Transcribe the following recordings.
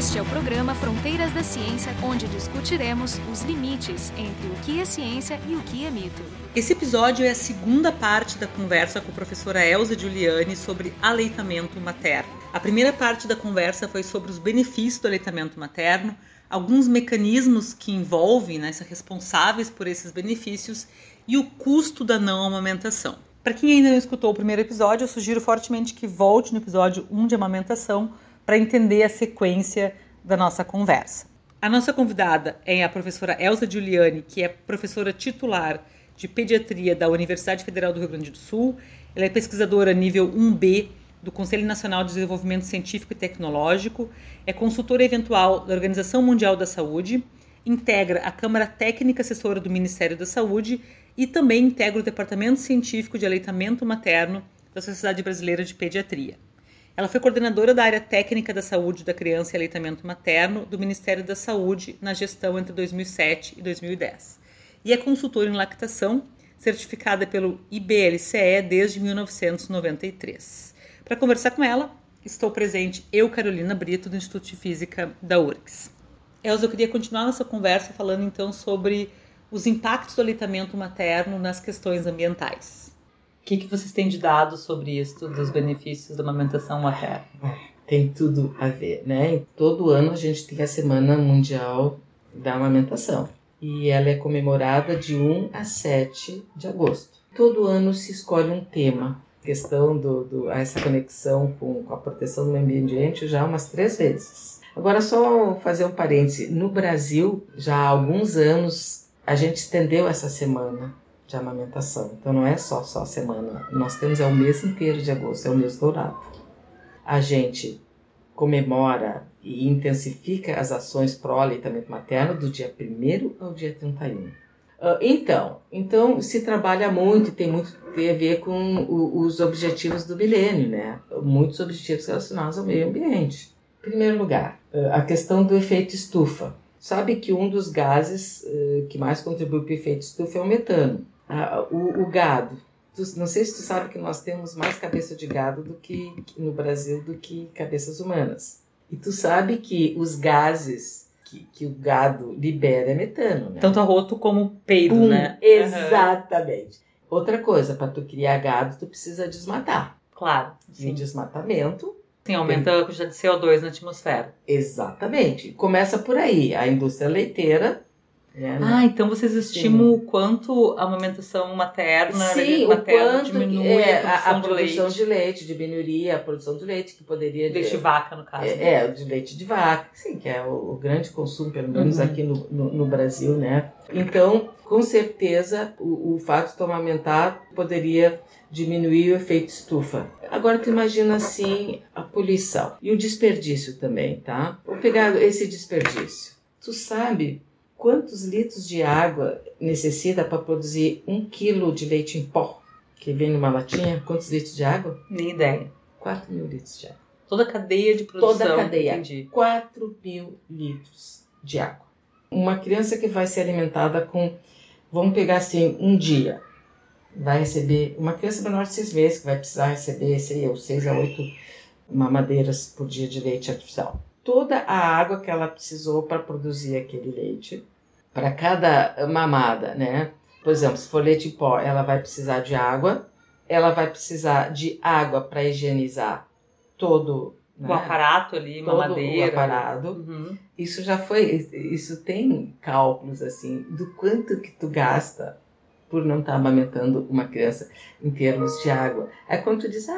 Este é o programa Fronteiras da Ciência, onde discutiremos os limites entre o que é ciência e o que é mito. Esse episódio é a segunda parte da conversa com a professora Elza Giuliani sobre aleitamento materno. A primeira parte da conversa foi sobre os benefícios do aleitamento materno, alguns mecanismos que envolvem, são responsáveis por esses benefícios e o custo da não amamentação. Para quem ainda não escutou o primeiro episódio, eu sugiro fortemente que volte no episódio 1 de amamentação para entender a sequência da nossa conversa. A nossa convidada é a professora Elza Giuliani, que é professora titular de pediatria da Universidade Federal do Rio Grande do Sul. Ela é pesquisadora nível 1B do Conselho Nacional de Desenvolvimento Científico e Tecnológico, é consultora eventual da Organização Mundial da Saúde, integra a Câmara Técnica Assessora do Ministério da Saúde e também integra o Departamento Científico de Aleitamento Materno da Sociedade Brasileira de Pediatria. Ela foi coordenadora da área técnica da saúde da criança e aleitamento materno do Ministério da Saúde na gestão entre 2007 e 2010. E é consultora em lactação, certificada pelo IBLCE desde 1993. Para conversar com ela, estou presente eu, Carolina Brito, do Instituto de Física da URGS. Elza, eu queria continuar nossa conversa falando então sobre os impactos do aleitamento materno nas questões ambientais. O que vocês têm de dados sobre isso, dos benefícios da amamentação materna? Tem tudo a ver, né? Todo ano a gente tem a Semana Mundial da Amamentação. E ela é comemorada de 1 a 7 de agosto. Todo ano se escolhe um tema. A questão essa conexão com a proteção do meio ambiente já umas 3 vezes. Agora, só fazer um parêntese. No Brasil, já há alguns anos, a gente estendeu essa semana de amamentação. Então, não é só a semana. Nós temos o mês inteiro de agosto, é o mês dourado. A gente comemora e intensifica as ações pró-aleitamento materno do dia 1º ao dia 31. Então se trabalha muito, tem a ver com os objetivos do milênio, né? Muitos objetivos relacionados ao meio ambiente. Em primeiro lugar, a questão do efeito estufa. Sabe que um dos gases que mais contribui para o efeito estufa é o metano. O gado. Não sei se tu sabe que nós temos mais cabeça de gado no Brasil do que cabeças humanas. E tu sabe que os gases que o gado libera é metano, né? Tanto arroto como peido, né? Exatamente. Uhum. Outra coisa, para tu criar gado, tu precisa desmatar. Claro. Sim. E desmatamento... Sim, aumenta a quantidade de CO2 na atmosfera. Exatamente. Começa por aí. A indústria leiteira... então vocês estimam o quanto a amamentação materna, diminui a produção de leite, diminuiria a produção de leite, que poderia... Leite de vaca, no caso. De leite de vaca, sim, que é o grande consumo, pelo menos aqui no Brasil, né? Então, com certeza, o fato de amamentar poderia diminuir o efeito estufa. Agora, tu imagina, assim, a poluição e o desperdício também, tá? Vou pegar esse desperdício. Tu sabe quantos litros de água necessita para produzir 1 quilo de leite em pó, que vem numa latinha? Quantos litros de água? Nem ideia. 4.000 litros de água. Toda a cadeia de produção. Toda a cadeia. Entendi. 4.000 litros de água. Uma criança que vai ser alimentada com, vamos pegar assim, um dia, vai receber, uma criança menor de 6 meses, que vai precisar receber 6 a 8 mamadeiras por dia de leite artificial. Toda a água que ela precisou para produzir aquele leite, para cada mamada, né? Por exemplo, se for leite em pó, ela vai precisar de água, ela vai precisar de água para higienizar todo o aparato ali, todo mamadeira. O aparato. Isso tem cálculos assim, do quanto que tu gasta por não estar amamentando uma criança em termos de água. É quando tu diz,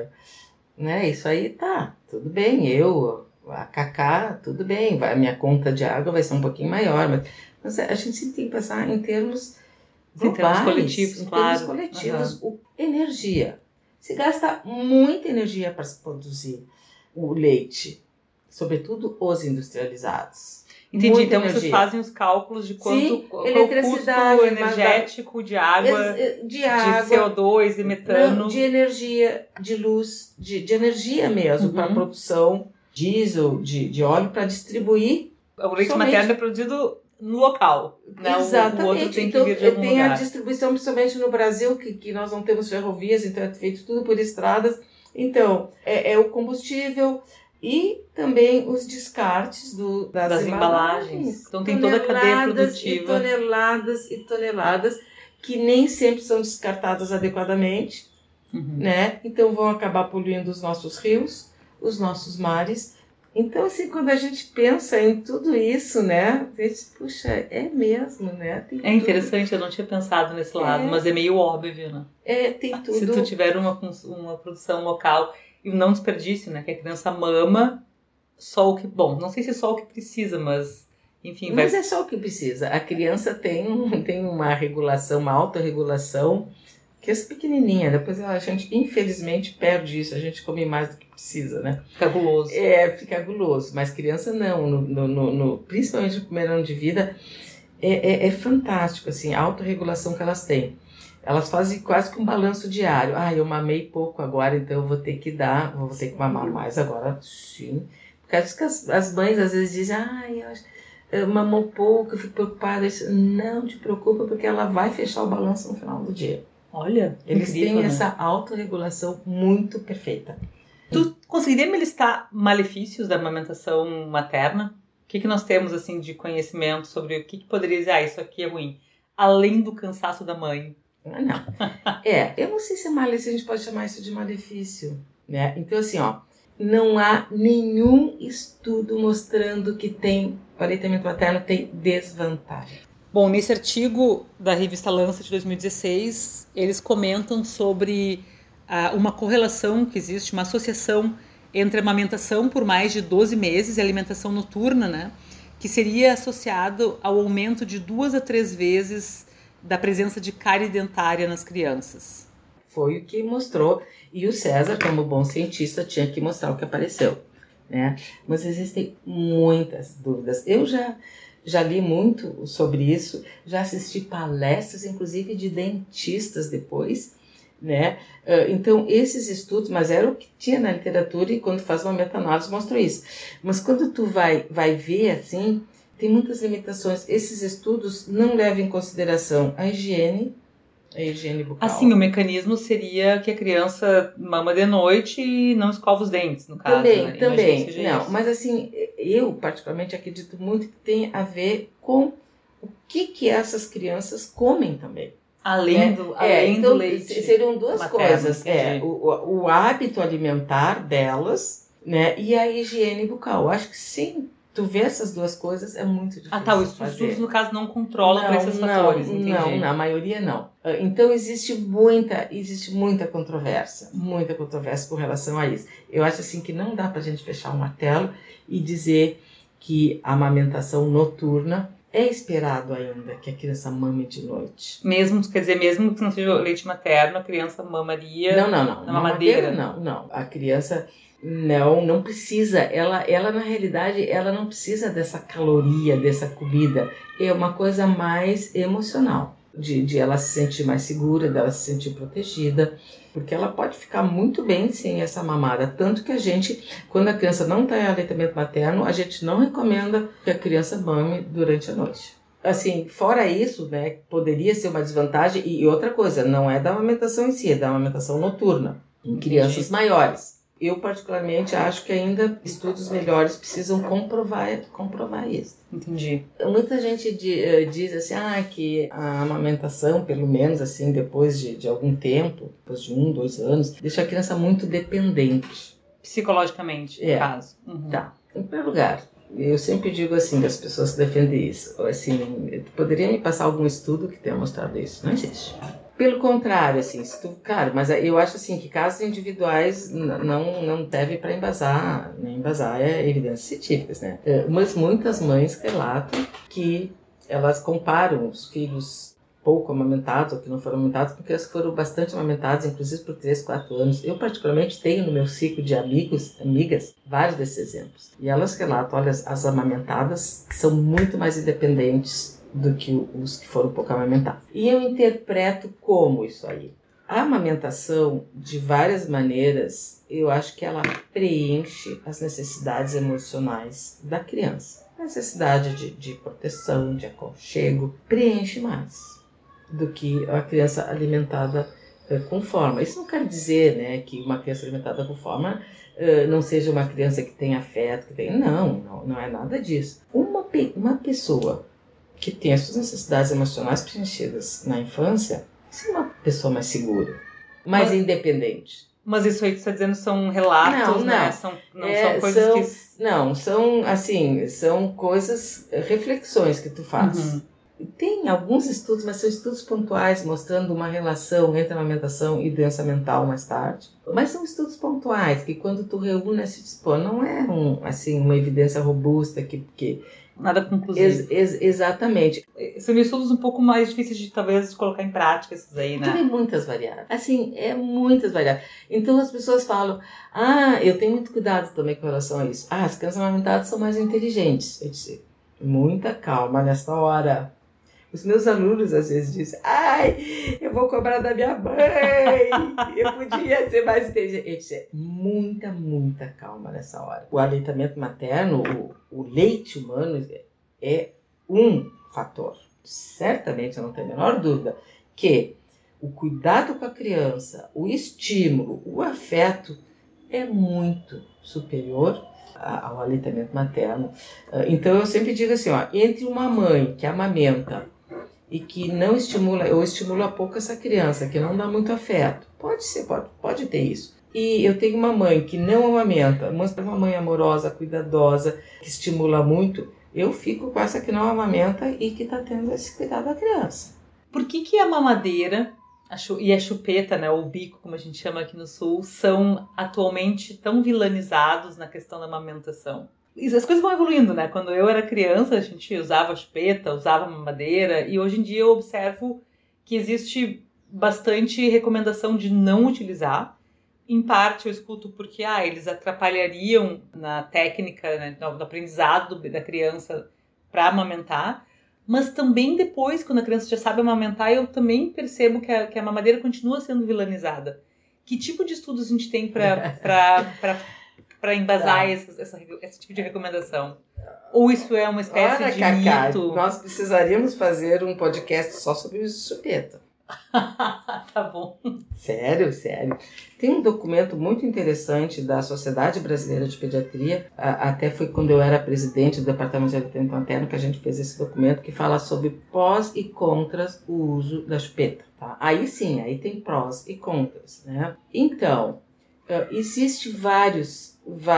isso aí tá, tudo bem, a Cacá, tudo bem, a minha conta de água vai ser um pouquinho maior, mas a gente sempre tem que pensar em termos globais, em termos coletivos, claro. Termos coletivos. Energia. Se gasta muita energia para se produzir o leite, sobretudo os industrializados. Entendi, muita então energia. Vocês fazem os cálculos de quanto o custo energético de água, de CO2, de metano. Não, de energia, de luz, de energia mesmo, para a produção diesel, de óleo, para distribuir. O leite materno é produzido no local. Né? Exatamente. O outro tem que vir de algum tem lugar. A distribuição, principalmente no Brasil, que nós não temos ferrovias, então é feito tudo por estradas. Então, é o combustível E também os descartes das embalagens. Então tem toda a cadeia produtiva. Toneladas e toneladas que nem sempre são descartadas adequadamente, né? Então vão acabar poluindo os nossos rios, os nossos mares. Então, assim, quando a gente pensa em tudo isso, né? A gente, puxa, é mesmo, né? É interessante, eu não tinha pensado nesse lado, mas é meio óbvio, né? Tem tudo. Se tu tiver uma produção local e um não desperdício, né? Que a criança mama só o que... Bom, não sei se é só o que precisa, mas... Enfim, mas é só o que precisa. A criança tem uma regulação, uma autorregulação, que é pequenininha. Depois a gente, infelizmente, perde isso. A gente come mais do que precisa, né? Fica guloso. Fica guloso. Mas criança não. Principalmente no primeiro ano de vida, é fantástico, assim, a autorregulação que elas têm. Elas fazem quase que um balanço diário. Eu mamei pouco agora, então eu vou ter que mamar mais agora. Sim. Porque acho que as mães às vezes dizem, mamou pouco, eu fico preocupada. Não te preocupa, porque ela vai fechar o balanço no final do dia. Olha, eles incrível, têm essa autorregulação muito perfeita. Tu conseguiria me listar malefícios da amamentação materna? O que nós temos assim de conhecimento sobre o que poderia dizer, isso aqui é ruim? Além do cansaço da mãe. Não. Eu não sei se é malefício, a gente pode chamar isso de malefício, né? Então, assim, não há nenhum estudo mostrando que o aleitamento materno tem desvantagem. Bom, nesse artigo da revista Lancet de 2016, eles comentam sobre uma correlação que existe, uma associação entre amamentação por mais de 12 meses e alimentação noturna, né, que seria associado ao aumento de 2 a 3 vezes da presença de cárie dentária nas crianças. Foi o que mostrou, e o César, como bom cientista, tinha que mostrar o que apareceu, né? Mas existem muitas dúvidas. Eu já li muito sobre isso, já assisti palestras, inclusive de dentistas depois, né? Então, esses estudos, mas era o que tinha na literatura, e quando faz uma meta-análise mostra isso. Mas quando tu vai ver, assim, tem muitas limitações. Esses estudos não levam em consideração a higiene bucal. Assim, o mecanismo seria que a criança mama de noite e não escova os dentes, no caso. Também. Não, mas assim, eu particularmente acredito muito que tem a ver com o que essas crianças comem também. Além do leite. Seriam duas materno, coisas. O hábito alimentar delas, né, e a higiene bucal. Eu acho que sim. Tu vê essas duas coisas, é muito difícil os estudos, no caso, não controlam para esses fatores, entendi. Não, na maioria não. Então, existe muita controvérsia com relação a isso. Eu acho assim que não dá pra gente fechar um martelo e dizer que a amamentação noturna é esperado ainda que a criança mame de noite. Mesmo que não seja leite materno, a criança mamaria não. na mamadeira? Não. A criança... Não precisa, ela na realidade, ela não precisa dessa caloria, dessa comida, é uma coisa mais emocional, de ela se sentir mais segura, dela se sentir protegida, porque ela pode ficar muito bem sem essa mamada, tanto que a gente, quando a criança não está em aleitamento materno, a gente não recomenda que a criança mame durante a noite. Assim, fora isso, né, poderia ser uma desvantagem, e outra coisa, não é da amamentação em si, é da amamentação noturna, em crianças maiores. Eu, particularmente, acho que ainda estudos melhores precisam comprovar isso. Entendi. Muita gente diz assim, que a amamentação, pelo menos assim, depois de algum tempo, depois de 1, 2 anos, deixa a criança muito dependente. Psicologicamente, no caso. Uhum. Tá. Em primeiro lugar, eu sempre digo assim, das pessoas que defendem isso, assim, poderia me passar algum estudo que tenha mostrado isso? Não existe. Pelo contrário, assim, mas eu acho assim que casos individuais não devem para embasar evidências científicas, né? Mas muitas mães relatam que elas comparam os filhos pouco amamentados ou que não foram amamentados com crianças que foram bastante amamentadas, inclusive por 3, 4 anos. Eu particularmente tenho no meu ciclo de amigas, vários desses exemplos. E elas relatam, olha, as amamentadas que são muito mais independentes do que os que foram pouco amamentados. E eu interpreto como isso aí. A amamentação, de várias maneiras, eu acho que ela preenche as necessidades emocionais da criança. A necessidade de proteção, de aconchego, preenche mais do que a criança alimentada com forma. Isso não quer dizer, né, que uma criança alimentada com forma não seja uma criança que tem afeto, não é nada disso. Uma pessoa que tem as suas necessidades emocionais preenchidas na infância, isso é uma pessoa mais segura, mais independente. Mas isso aí que você está dizendo são relatos, né? São coisas que... Não, são coisas, reflexões que tu faz. Tem alguns estudos, mas são estudos pontuais, mostrando uma relação entre amamentação e doença mental mais tarde. Mas são estudos pontuais, que quando tu reúne, não é uma evidência robusta que nada conclusivo. Exatamente. São estudos um pouco mais difíceis de, talvez, colocar em prática esses aí, né? Tem muitas variáveis. Muitas variáveis. Então as pessoas falam, eu tenho muito cuidado também com relação a isso. As crianças amamentadas são mais inteligentes. Eu disse, muita calma nessa hora. Os meus alunos às vezes dizem, eu vou cobrar da minha mãe, eu podia ser mais inteligente. Eu disse, muita calma nessa hora. O aleitamento materno, o leite humano é um fator. Certamente, eu não tenho a menor dúvida, que o cuidado com a criança, o estímulo, o afeto é muito superior ao aleitamento materno. Então eu sempre digo assim, entre uma mãe que amamenta e que não estimula, ou estimula pouco essa criança, que não dá muito afeto, pode ter isso. E eu tenho uma mãe que não amamenta, mas uma mãe amorosa, cuidadosa, que estimula muito, eu fico com essa que não amamenta e que está tendo esse cuidado da criança. Por que a mamadeira e a chupeta, né, ou o bico, como a gente chama aqui no Sul, são atualmente tão vilanizados na questão da amamentação? As coisas vão evoluindo, né? Quando eu era criança, a gente usava chupeta, usava mamadeira, e hoje em dia eu observo que existe bastante recomendação de não utilizar. Em parte eu escuto porque eles atrapalhariam na técnica, né, no aprendizado da criança para amamentar. Mas também depois, quando a criança já sabe amamentar, eu também percebo que a mamadeira continua sendo vilanizada. Que tipo de estudos a gente tem para embasar esse tipo de recomendação? Ou isso é uma espécie de mito? Nós precisaríamos fazer um podcast só sobre chupeta. Tá bom. Sério. Tem um documento muito interessante da Sociedade Brasileira de Pediatria, até foi quando eu era presidente do Departamento de Aleitamento Materno que a gente fez esse documento, que fala sobre prós e contras o uso da chupeta. Tá? Aí sim, aí tem prós e contras, né? Então, existe vários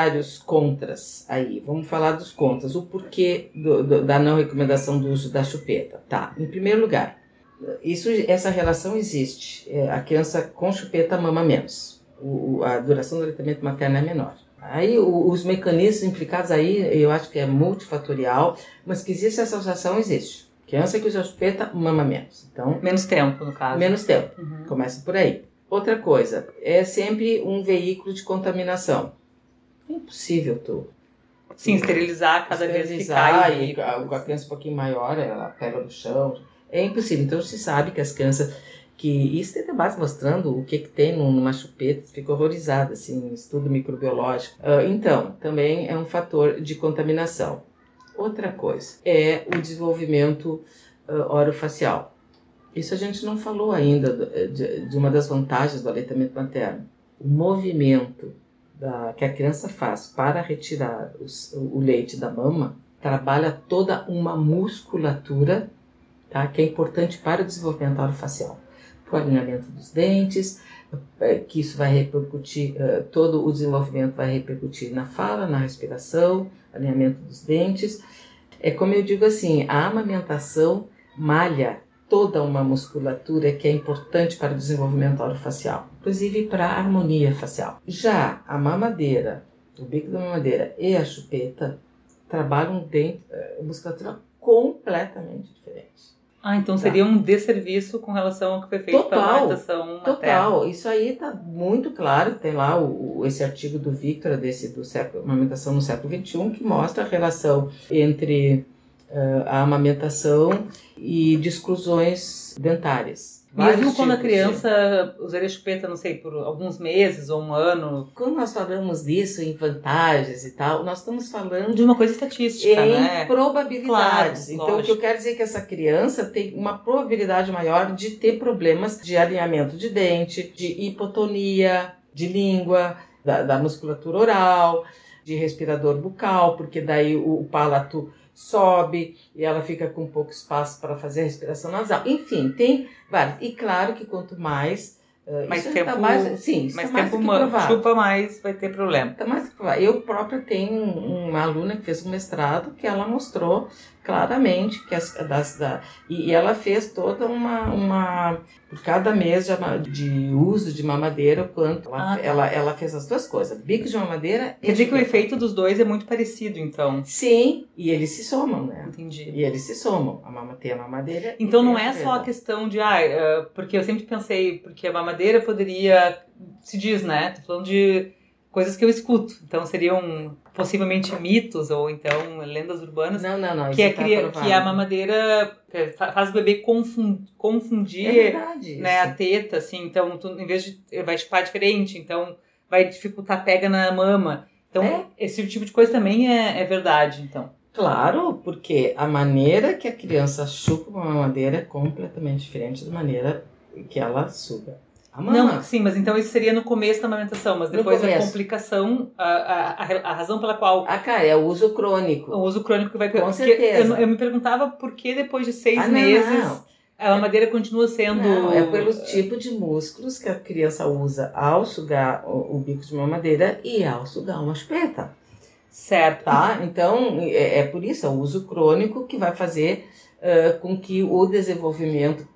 contras aí. Vamos falar dos contras. O porquê da não recomendação do uso da chupeta. Tá, em primeiro lugar, essa relação existe. A criança com chupeta mama menos. A duração do aleitamento materno é menor. Aí os mecanismos implicados aí, eu acho que é multifatorial, mas que existe essa associação, existe. Criança que usa chupeta mama menos. Então, menos tempo, no caso. Menos tempo. Começa por aí. Outra coisa, é sempre um veículo de contaminação. É impossível tu... Sim, esterilizar cada vez que cai. E a criança um pouquinho maior, ela pega no chão. É impossível. Então se sabe que as crianças... Isso tem debates mostrando o que tem numa chupeta, fica horrorizada, assim, estudo microbiológico. Então, também é um fator de contaminação. Outra coisa é o desenvolvimento orofacial. Isso a gente não falou ainda de uma das vantagens do aleitamento materno. O movimento que a criança faz para retirar o leite da mama trabalha toda uma musculatura, tá, que é importante para o desenvolvimento orofacial. Para o alinhamento dos dentes, que isso vai repercutir, todo o desenvolvimento vai repercutir na fala, na respiração, alinhamento dos dentes. É como eu digo assim, a amamentação malha toda uma musculatura que é importante para o desenvolvimento orofacial, inclusive para a harmonia facial. Já a mamadeira, o bico da mamadeira e a chupeta trabalham musculatura completamente diferente. Então seria um desserviço com relação ao que foi feito para a amamentação materna. Total, isso aí está muito claro. Tem lá esse artigo do Victor, do Amamentação no século XXI, que mostra a relação entre a amamentação e de exclusões dentárias. Mesmo quando a criança usaria chupeta, não sei, por alguns meses ou um ano. Quando nós falamos disso em vantagens e tal, nós estamos falando de uma coisa estatística, em probabilidades. Claro, então, lógico. o que eu quero dizer é que essa criança tem uma probabilidade maior de ter problemas de alinhamento de dente, de hipotonia, de língua, da musculatura oral, de respirador bucal, porque daí o palato sobe e ela fica com pouco espaço para fazer a respiração nasal. Enfim, tem vários. E claro que quanto mais... mais tempo, chupa, mais vai ter problema. Tá mais que provado. Eu própria tenho uma aluna que fez um mestrado que ela mostrou claramente que e ela fez toda uma por cada mês de uso de mamadeira, quanto ela fez as duas coisas, bico de mamadeira. Quer dizer que o efeito dos dois é muito parecido, então. Sim, e eles se somam, né? Entendi. E eles se somam. Tem a mamadeira. Então não é só a questão de porque eu sempre pensei, porque a mamadeira poderia, se diz, né? Tô falando de coisas que eu escuto. Então seriam possivelmente mitos ou então lendas urbanas. Não. Que a mamadeira faz o bebê confundir né, a teta, assim. Então, em vez de vai chupar diferente, então vai dificultar a pega na mama. Então, esse tipo de coisa também é verdade, então. Claro, porque a maneira que a criança chupa uma mamadeira é completamente diferente da maneira que ela suga a mama. Não, sim, mas então isso seria no começo da amamentação, mas depois a complicação, a razão pela qual... é o uso crônico. O uso crônico que vai... Com certeza. Eu me perguntava por que depois de 6 meses a mamadeira continua sendo... Não, é pelo tipo de músculos que a criança usa ao sugar o bico de mamadeira e ao sugar uma chupeta. Certo. Tá? Então, é por isso, é o uso crônico que vai fazer com que o desenvolvimento,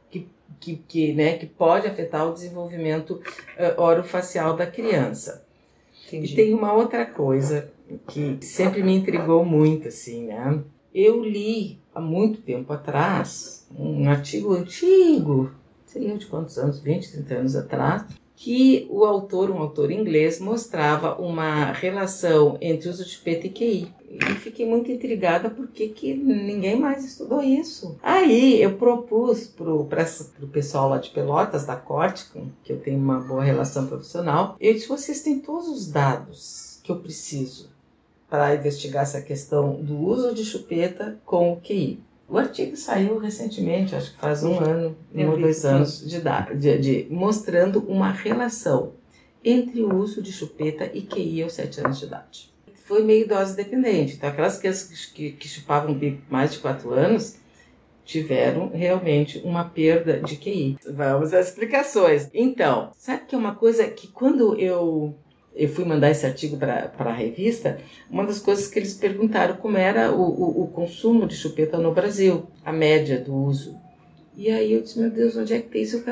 que pode afetar o desenvolvimento orofacial da criança. Entendi. E tem uma outra coisa que sempre me intrigou muito, assim, né? Eu li há muito tempo atrás um artigo antigo, sei eu de quantos anos, 20, 30 anos atrás, que um autor inglês, mostrava uma relação entre o uso de chupeta e QI. E fiquei muito intrigada porque que ninguém mais estudou isso. Aí eu propus pro pessoal lá de Pelotas, da Corticum, que eu tenho uma boa relação profissional, eu disse, vocês têm todos os dados que eu preciso para investigar essa questão do uso de chupeta com o QI. O artigo saiu recentemente, acho que faz 1 ano, 1 ou 2 anos de idade, mostrando uma relação entre o uso de chupeta e QI aos 7 anos de idade. Foi meio dose dependente, então aquelas crianças que chupavam bico mais de 4 anos tiveram realmente uma perda de QI. Vamos às explicações. Então, sabe que é uma coisa que quando eu fui mandar esse artigo para a revista, uma das coisas que eles perguntaram como era o consumo de chupeta no Brasil, a média do uso. E aí eu disse, meu Deus, onde é que tem isso? Eu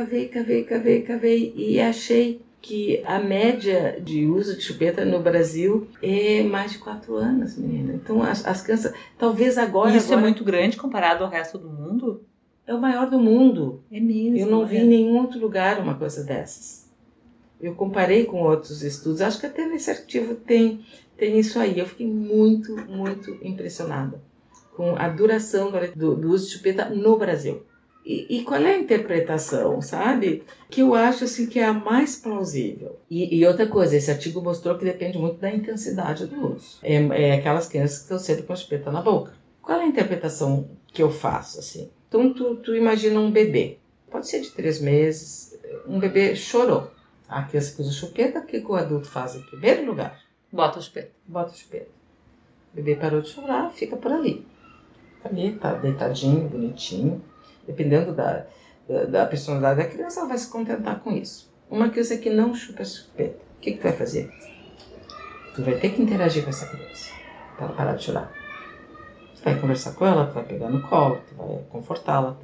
cavei e achei que a média de uso de chupeta no Brasil é mais de 4 anos, menina. Então as crianças, talvez agora... Isso é muito grande comparado ao resto do mundo? É o maior do mundo. É mesmo. Eu não vi em nenhum outro lugar uma coisa dessas. Eu comparei com outros estudos, acho que até nesse artigo tem isso aí. Eu fiquei muito, muito impressionada com a duração do uso de chupeta no Brasil. E qual é a interpretação, sabe? Que eu acho assim, que é a mais plausível. E outra coisa, esse artigo mostrou que depende muito da intensidade do uso. É aquelas crianças que estão sempre com a chupeta na boca. Qual é a interpretação que eu faço? Assim? Então, tu imagina um bebê, pode ser de 3 meses, um bebê chorou. A criança que usa chupeta, o que o adulto faz em primeiro lugar? Bota a chupeta. O bebê parou de chorar, fica por ali. Tá deitadinho, bonitinho. Dependendo da personalidade da criança, ela vai se contentar com isso. Uma criança que não chupa chupeta, o que tu vai fazer? Tu vai ter que interagir com essa criança para ela parar de chorar. Tu vai conversar com ela, tu vai pegar no colo, tu vai confortá-la,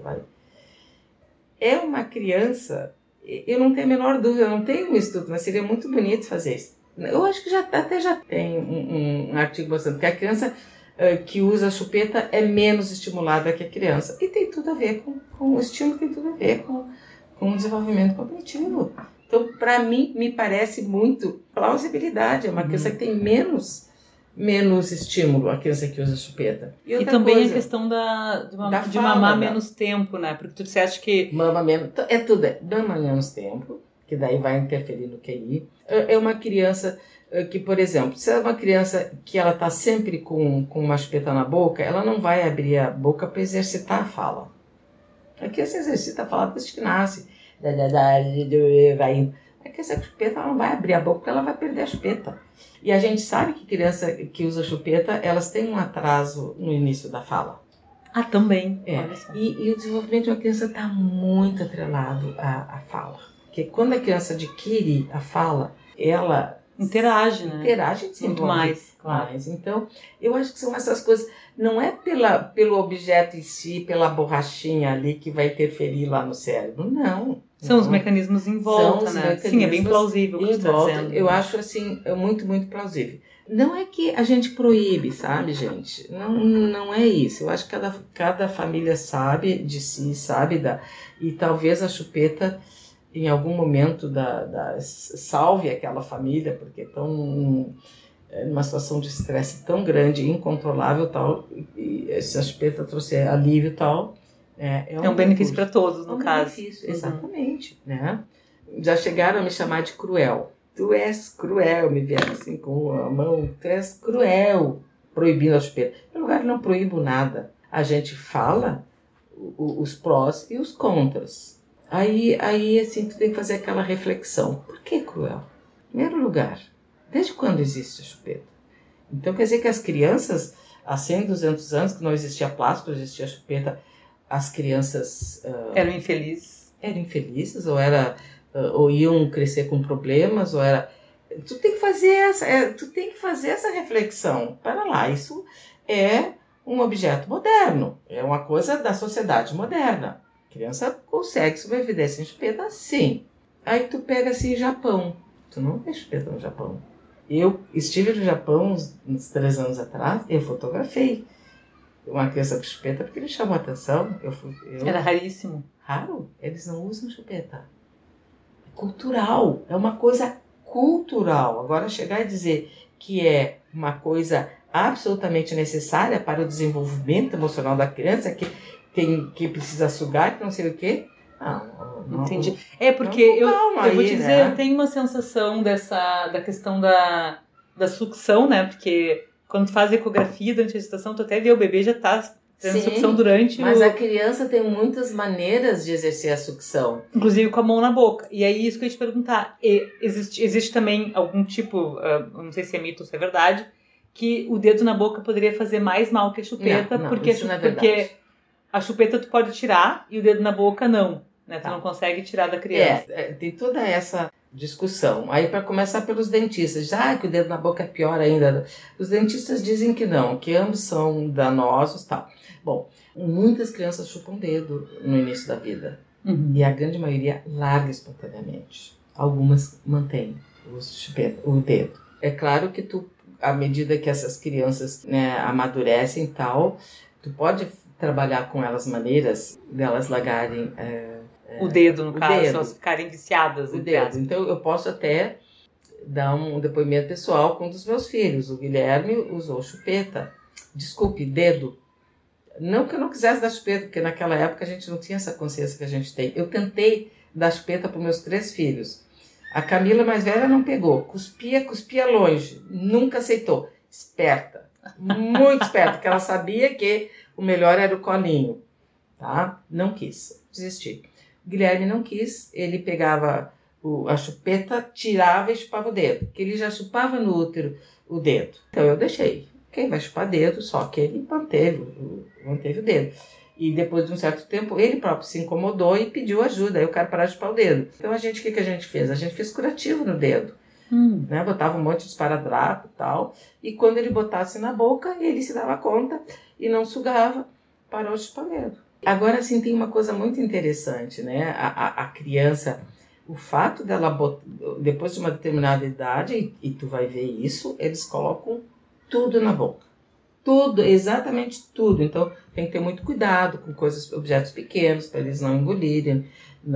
É uma criança... Eu não tenho a menor dúvida, eu não tenho um estudo, mas seria muito bonito fazer isso. Eu acho que até já tem um artigo mostrando que a criança que usa a chupeta é menos estimulada que a criança. E tem tudo a ver com o estímulo, tem tudo a ver com o desenvolvimento cognitivo. Então, para mim, me parece muito plausibilidade. É uma criança que tem menos menos estímulo a criança que usa chupeta. E também a questão de mamar menos tempo, né? Porque tu disseste que... Mama menos... mama menos tempo, que daí vai interferir no QI. É uma criança que, por exemplo, se é uma criança que ela está sempre com uma chupeta na boca, ela não vai abrir a boca para exercitar a fala. A criança exercita a fala desde que nasce. Vai indo. A criança com chupeta ela não vai abrir a boca porque ela vai perder a chupeta. E a gente sabe que criança que usa chupeta, elas têm um atraso no início da fala. Também. E o desenvolvimento de uma criança está muito atrelado à fala. Porque quando a criança adquire a fala, ela... interage, né? Interage e muito mais, claro. Então, eu acho que são essas coisas. Não é pelo objeto em si, pela borrachinha ali que vai interferir lá no cérebro. Não. São os mecanismos em volta, né? Sim, é bem plausível o que você está dizendo. Eu acho, assim, muito, muito plausível. Não é que a gente proíbe, sabe, gente? Não é isso. Eu acho que cada família sabe de si, sabe e talvez a chupeta... em algum momento salve aquela família, porque estão numa situação de estresse tão grande, incontrolável, tal, e se a chupeta trouxe alívio, tal, é um benefício para todos, no caso. Benefício, exatamente, né? Já chegaram a me chamar de cruel. Tu és cruel, me vieram assim com a mão, tu és cruel, proibindo a chupeta. No lugar, não proíbo nada. A gente fala os prós e os contras. Aí, assim, tu tem que fazer aquela reflexão. Por que cruel? Em primeiro lugar, desde quando existe a chupeta? Então, quer dizer que as crianças, há 100, 200 anos, que não existia plástico, não existia chupeta, as crianças... eram infelizes. Eram infelizes, ou iam crescer com problemas, ou era... Tu tem que fazer essa reflexão. Para lá, isso é um objeto moderno. É uma coisa da sociedade moderna. A criança consegue sobreviver sem chupeta? Sim. Aí tu pega assim Japão. Tu não vê chupeta no Japão. Eu estive no Japão uns 3 anos atrás, eu fotografei uma criança com chupeta porque me chamou a atenção. Era raríssimo. Raro. Eles não usam chupeta. É cultural. É uma coisa cultural. Agora chegar e dizer que é uma coisa absolutamente necessária para o desenvolvimento emocional da criança, que precisa sugar, que não sei o quê. Não, entendi. Porque eu vou te dizer, né? Eu tenho uma sensação da questão da sucção, né? Porque quando tu faz ecografia durante a gestação, tu até vê o bebê já tá tendo sucção durante mas a criança tem muitas maneiras de exercer a sucção. Inclusive com a mão na boca. E aí, isso que eu ia te perguntar. Existe também algum tipo, não sei se é mito ou se é verdade, que o dedo na boca poderia fazer mais mal que a chupeta, não, porque isso não é verdade. Porque a chupeta tu pode tirar e o dedo na boca não, né? Tu não consegue tirar da criança. Tem toda essa discussão. Aí, para começar pelos dentistas, que o dedo na boca é pior ainda. Os dentistas dizem que não, que ambos são danosos, tal. Bom, muitas crianças chupam o dedo no início da vida. E a grande maioria larga espontaneamente. Algumas mantêm o dedo. É claro que à medida que essas crianças, né, amadurecem e tal, tu pode trabalhar com elas maneiras delas largarem o dedo, no caso, elas ficarem viciadas. O dedo. Então eu posso até dar um depoimento pessoal com um dos meus filhos. O Guilherme usou chupeta. Desculpe, dedo. Não que eu não quisesse dar chupeta, porque naquela época a gente não tinha essa consciência que a gente tem. Eu tentei dar chupeta para meus 3 filhos. A Camila, mais velha, não pegou. Cuspia longe. Nunca aceitou. Esperta. Muito esperta, porque ela sabia que o melhor era o colinho. Tá? Não quis. Desisti. O Guilherme não quis. Ele pegava a chupeta, tirava e chupava o dedo. Porque ele já chupava no útero o dedo. Então eu deixei. Quem vai chupar dedo, só que ele manteve o dedo. E depois de um certo tempo, ele próprio se incomodou e pediu ajuda. Aí eu quero parar de chupar o dedo. Então o que a gente fez? A gente fez curativo no dedo. Né? Botava um monte de esparadrapo e tal. E quando ele botasse na boca, ele se dava conta e não sugava, parou de chupar o dedo. Agora, assim, tem uma coisa muito interessante, né? A criança, o fato dela, depois de uma determinada idade, e tu vai ver isso, eles colocam tudo na boca. Tudo, exatamente tudo. Então, tem que ter muito cuidado com objetos pequenos, para eles não engolirem,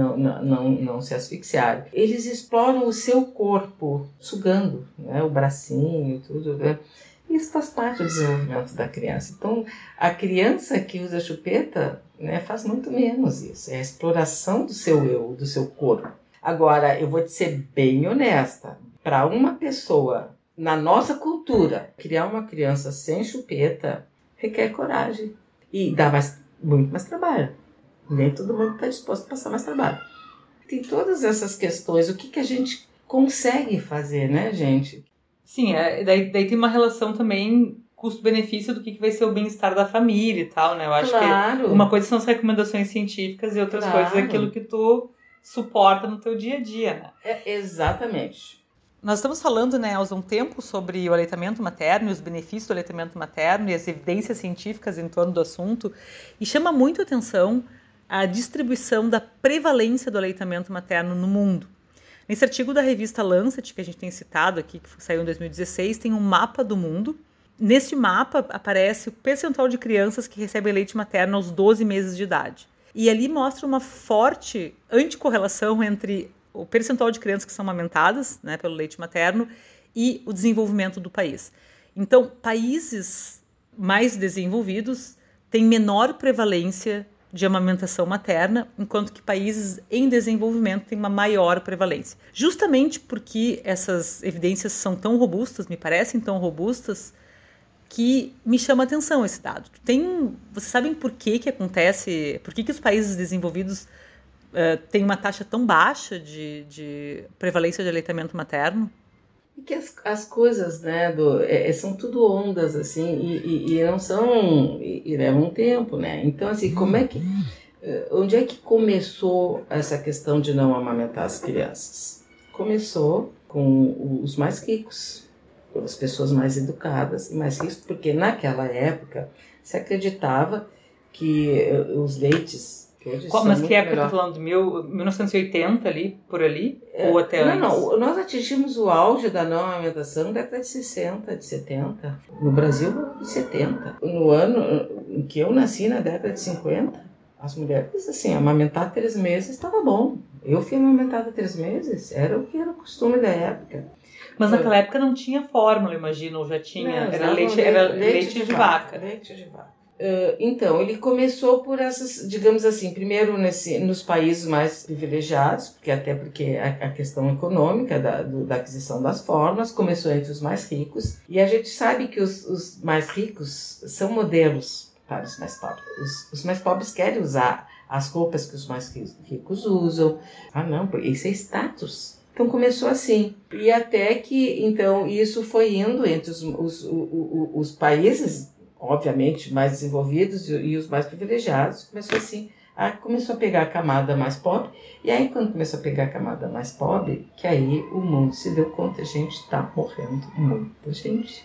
não se asfixiarem. Eles exploram o seu corpo, sugando, né? O bracinho e tudo, né? Isso faz parte do desenvolvimento da criança. Então, a criança que usa chupeta, né, faz muito menos isso. É a exploração do seu eu, do seu corpo. Agora, eu vou te ser bem honesta. Para uma pessoa, na nossa cultura, criar uma criança sem chupeta requer coragem. E dá muito mais trabalho. Nem todo mundo está disposto a passar mais trabalho. Tem todas essas questões. O que a gente consegue fazer, né, gente? Sim, daí tem uma relação também custo-benefício do que vai ser o bem-estar da família e tal, né? Eu acho que uma coisa são as recomendações científicas e outras coisas é aquilo que tu suporta no teu dia a dia, né? Exatamente. Nós estamos falando, né, há um tempo sobre o aleitamento materno e os benefícios do aleitamento materno e as evidências científicas em torno do assunto, e chama muito a atenção a distribuição da prevalência do aleitamento materno no mundo. Nesse artigo da revista Lancet, que a gente tem citado aqui, que saiu em 2016, tem um mapa do mundo. Neste mapa aparece o percentual de crianças que recebem leite materno aos 12 meses de idade. E ali mostra uma forte anticorrelação entre o percentual de crianças que são amamentadas, né, pelo leite materno e o desenvolvimento do país. Então, países mais desenvolvidos têm menor prevalência de amamentação materna, enquanto que países em desenvolvimento têm uma maior prevalência. Justamente porque essas evidências são tão robustas, me parecem tão robustas, que me chama a atenção esse dado. Vocês sabem por que acontece, por que os países desenvolvidos têm uma taxa tão baixa de prevalência de aleitamento materno? E que as coisas, né, são tudo ondas, assim, e não são, e levam um tempo, né? Então, assim, onde é que começou essa questão de não amamentar as crianças? Começou com os mais ricos, com as pessoas mais educadas e mais ricas, porque naquela época se acreditava que os leites... Mas que época eu tô falando? De 1980 ali, por ali? Ou até antes? Não, nós atingimos o auge da não amamentação na década de 60, de 70. No Brasil, de 70. No ano em que eu nasci, na década de 50, as mulheres, assim, amamentar 3 meses estava bom. Eu fui amamentada 3 meses, era o que era o costume da época. Mas naquela época não tinha fórmula, imagino, ou já tinha? Não, era leite de vaca. Leite de vaca. Então, ele começou por essas, digamos assim, primeiro nos países mais privilegiados, porque a questão econômica da aquisição das fórmulas começou entre os mais ricos, e a gente sabe que os mais ricos são modelos para os mais pobres. Os mais pobres querem usar as roupas que os mais ricos usam. Não, isso é status. Então começou assim, e até que, então, isso foi indo entre os países, obviamente, mais desenvolvidos e os mais privilegiados, começou a pegar a camada mais pobre, e aí quando começou a pegar a camada mais pobre, que aí o mundo se deu conta, a gente está morrendo muita gente.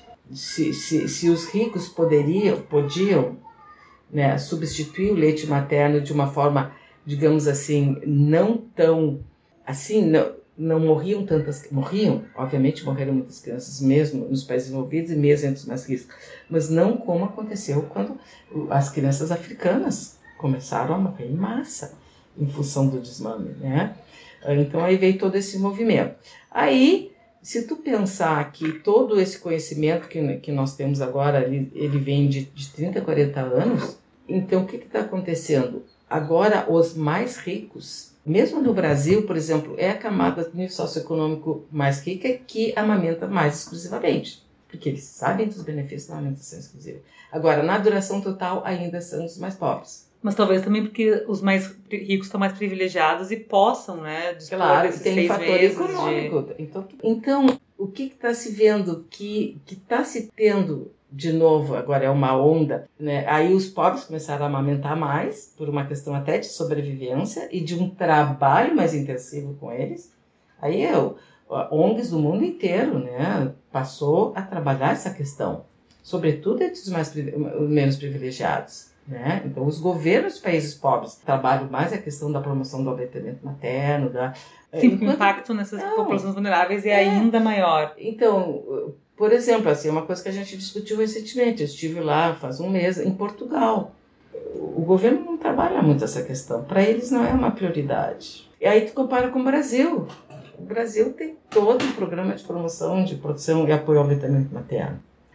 Se os ricos podiam, né, substituir o leite materno de uma forma, digamos assim, não tão, assim, não morriam obviamente morreram muitas crianças mesmo nos países desenvolvidos e mesmo entre os mais ricos, mas não como aconteceu quando as crianças africanas começaram a morrer em massa em função do desmame, né? Então aí veio todo esse movimento. Aí, se tu pensar que todo esse conhecimento que nós temos agora, ele vem de 30, 40 anos, então o que está acontecendo? Agora os mais ricos, mesmo no Brasil, por exemplo, é a camada do nível socioeconômico mais rica que amamenta mais exclusivamente, porque eles sabem dos benefícios da amamentação exclusiva. Agora, na duração total, ainda são os mais pobres. Mas talvez também porque os mais ricos estão mais privilegiados e possam, né, dispor desses 6 meses. Claro, tem fator econômico. Então, o que está se vendo, que está se tendo de novo, agora é uma onda, né? Aí os pobres começaram a amamentar mais, por uma questão até de sobrevivência e de um trabalho mais intensivo com eles. Aí ONGs do mundo inteiro, né, passou a trabalhar essa questão, sobretudo entre os menos privilegiados, né? Então os governos dos países pobres trabalham mais a questão da promoção do aleitamento materno, Sim, o impacto nessas populações vulneráveis é ainda maior. Então, por exemplo, assim, uma coisa que a gente discutiu recentemente, eu estive lá faz um mês em Portugal. O governo não trabalha muito essa questão, para eles não é uma prioridade. E aí tu compara com o Brasil. O Brasil tem todo um programa de promoção, de produção e apoio ao aleitamento materno.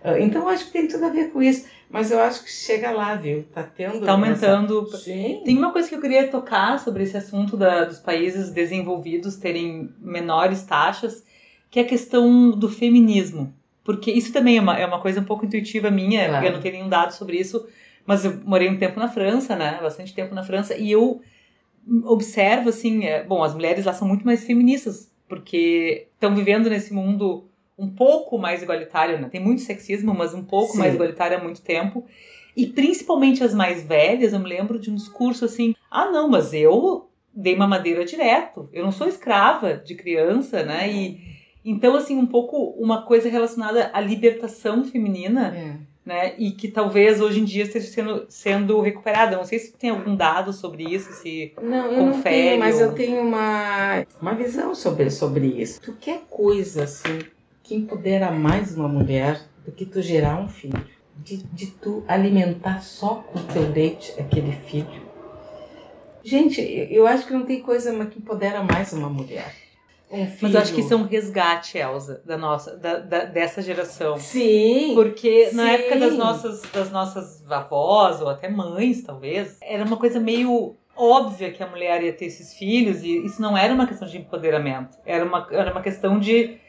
Então, eu acho que tem tudo a ver com isso. Mas eu acho que chega lá, viu? Tá aumentando. Sim. Tem uma coisa que eu queria tocar sobre esse assunto dos países desenvolvidos terem menores taxas, que é a questão do feminismo. Porque isso também é uma coisa um pouco intuitiva minha, Claro. eu não tenho nenhum dado sobre isso, mas eu morei um tempo na França, né? Bastante tempo na França, e eu observo, assim, as mulheres lá são muito mais feministas, porque estão vivendo nesse mundo um pouco mais igualitário, né? Tem muito sexismo, mas um pouco Sim. mais igualitário há muito tempo. E principalmente as mais velhas, eu me lembro de um discurso assim, não, mas eu dei mamadeira direto, eu não sou escrava de criança, né? E então, assim, um pouco uma coisa relacionada à libertação feminina, né? E que talvez hoje em dia esteja sendo recuperada. Não sei se tem algum dado sobre isso, se não, eu não tenho, mas eu tenho uma visão sobre isso. Tu quer coisa, assim, que empodera mais uma mulher do que tu gerar um filho? De tu alimentar só com teu leite aquele filho? Gente, eu acho que não tem coisa que empodera mais uma mulher. Mas eu acho que isso é um resgate, Elza, dessa geração. Sim. Porque na época das nossas avós, ou até mães, talvez, era uma coisa meio óbvia que a mulher ia ter esses filhos, e isso não era uma questão de empoderamento. Era uma questão de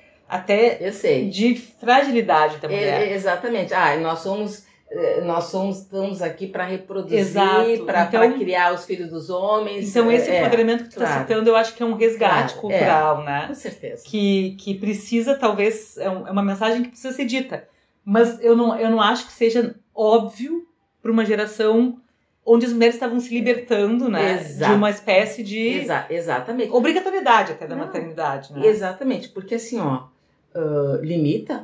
de fragilidade da mulher. Exatamente. Nós estamos aqui para reproduzir, para criar os filhos dos homens. Então esse empoderamento que tu está citando, eu acho que é um resgate cultural, né? Com certeza. Que precisa, talvez, é uma mensagem que precisa ser dita. Mas eu não acho que seja óbvio para uma geração onde as mulheres estavam se libertando, né? De uma espécie de exatamente. obrigatoriedade até da maternidade, né? Exatamente, porque assim, limita.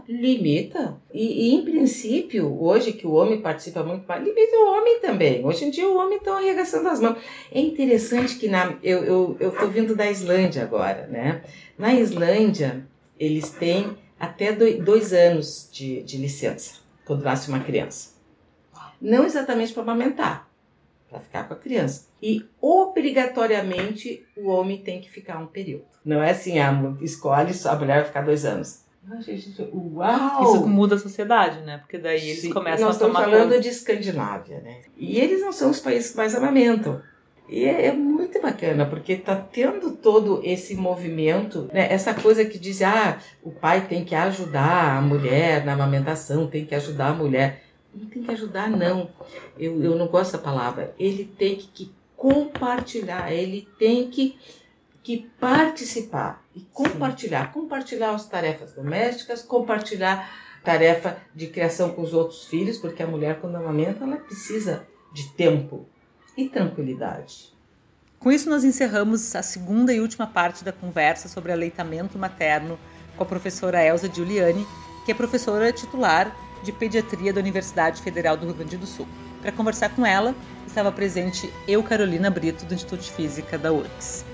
E em princípio, hoje que o homem participa muito mais, limita o homem também. Hoje em dia o homem está arregaçando as mãos. É interessante que eu estou vindo da Islândia agora, né? Na Islândia, eles têm até 2 anos de licença quando nasce uma criança. Não exatamente para amamentar, para ficar com a criança. E obrigatoriamente o homem tem que ficar um período. Não é assim, escolhe, a mulher vai ficar 2 anos. Uau! Isso muda a sociedade, né? Porque daí eles começam a tomar conta. Nós estamos falando de Escandinávia, né? E eles não são os países que mais amamentam. E é muito bacana, porque está tendo todo esse movimento, né? Essa coisa que diz, o pai tem que ajudar a mulher na amamentação, tem que ajudar a mulher. Não tem que ajudar, não. Eu não gosto da palavra. Ele tem que compartilhar, ele tem que participar e compartilhar as tarefas domésticas, compartilhar tarefa de criação com os outros filhos, porque a mulher, quando amamenta, ela precisa de tempo e tranquilidade. Com isso, nós encerramos a segunda e última parte da conversa sobre aleitamento materno com a professora Elza Giuliani, que é professora titular de Pediatria da Universidade Federal do Rio Grande do Sul. Para conversar com ela, estava presente eu, Carolina Brito, do Instituto de Física da URGS.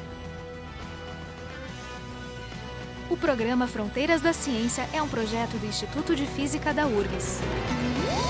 O programa Fronteiras da Ciência é um projeto do Instituto de Física da URGS.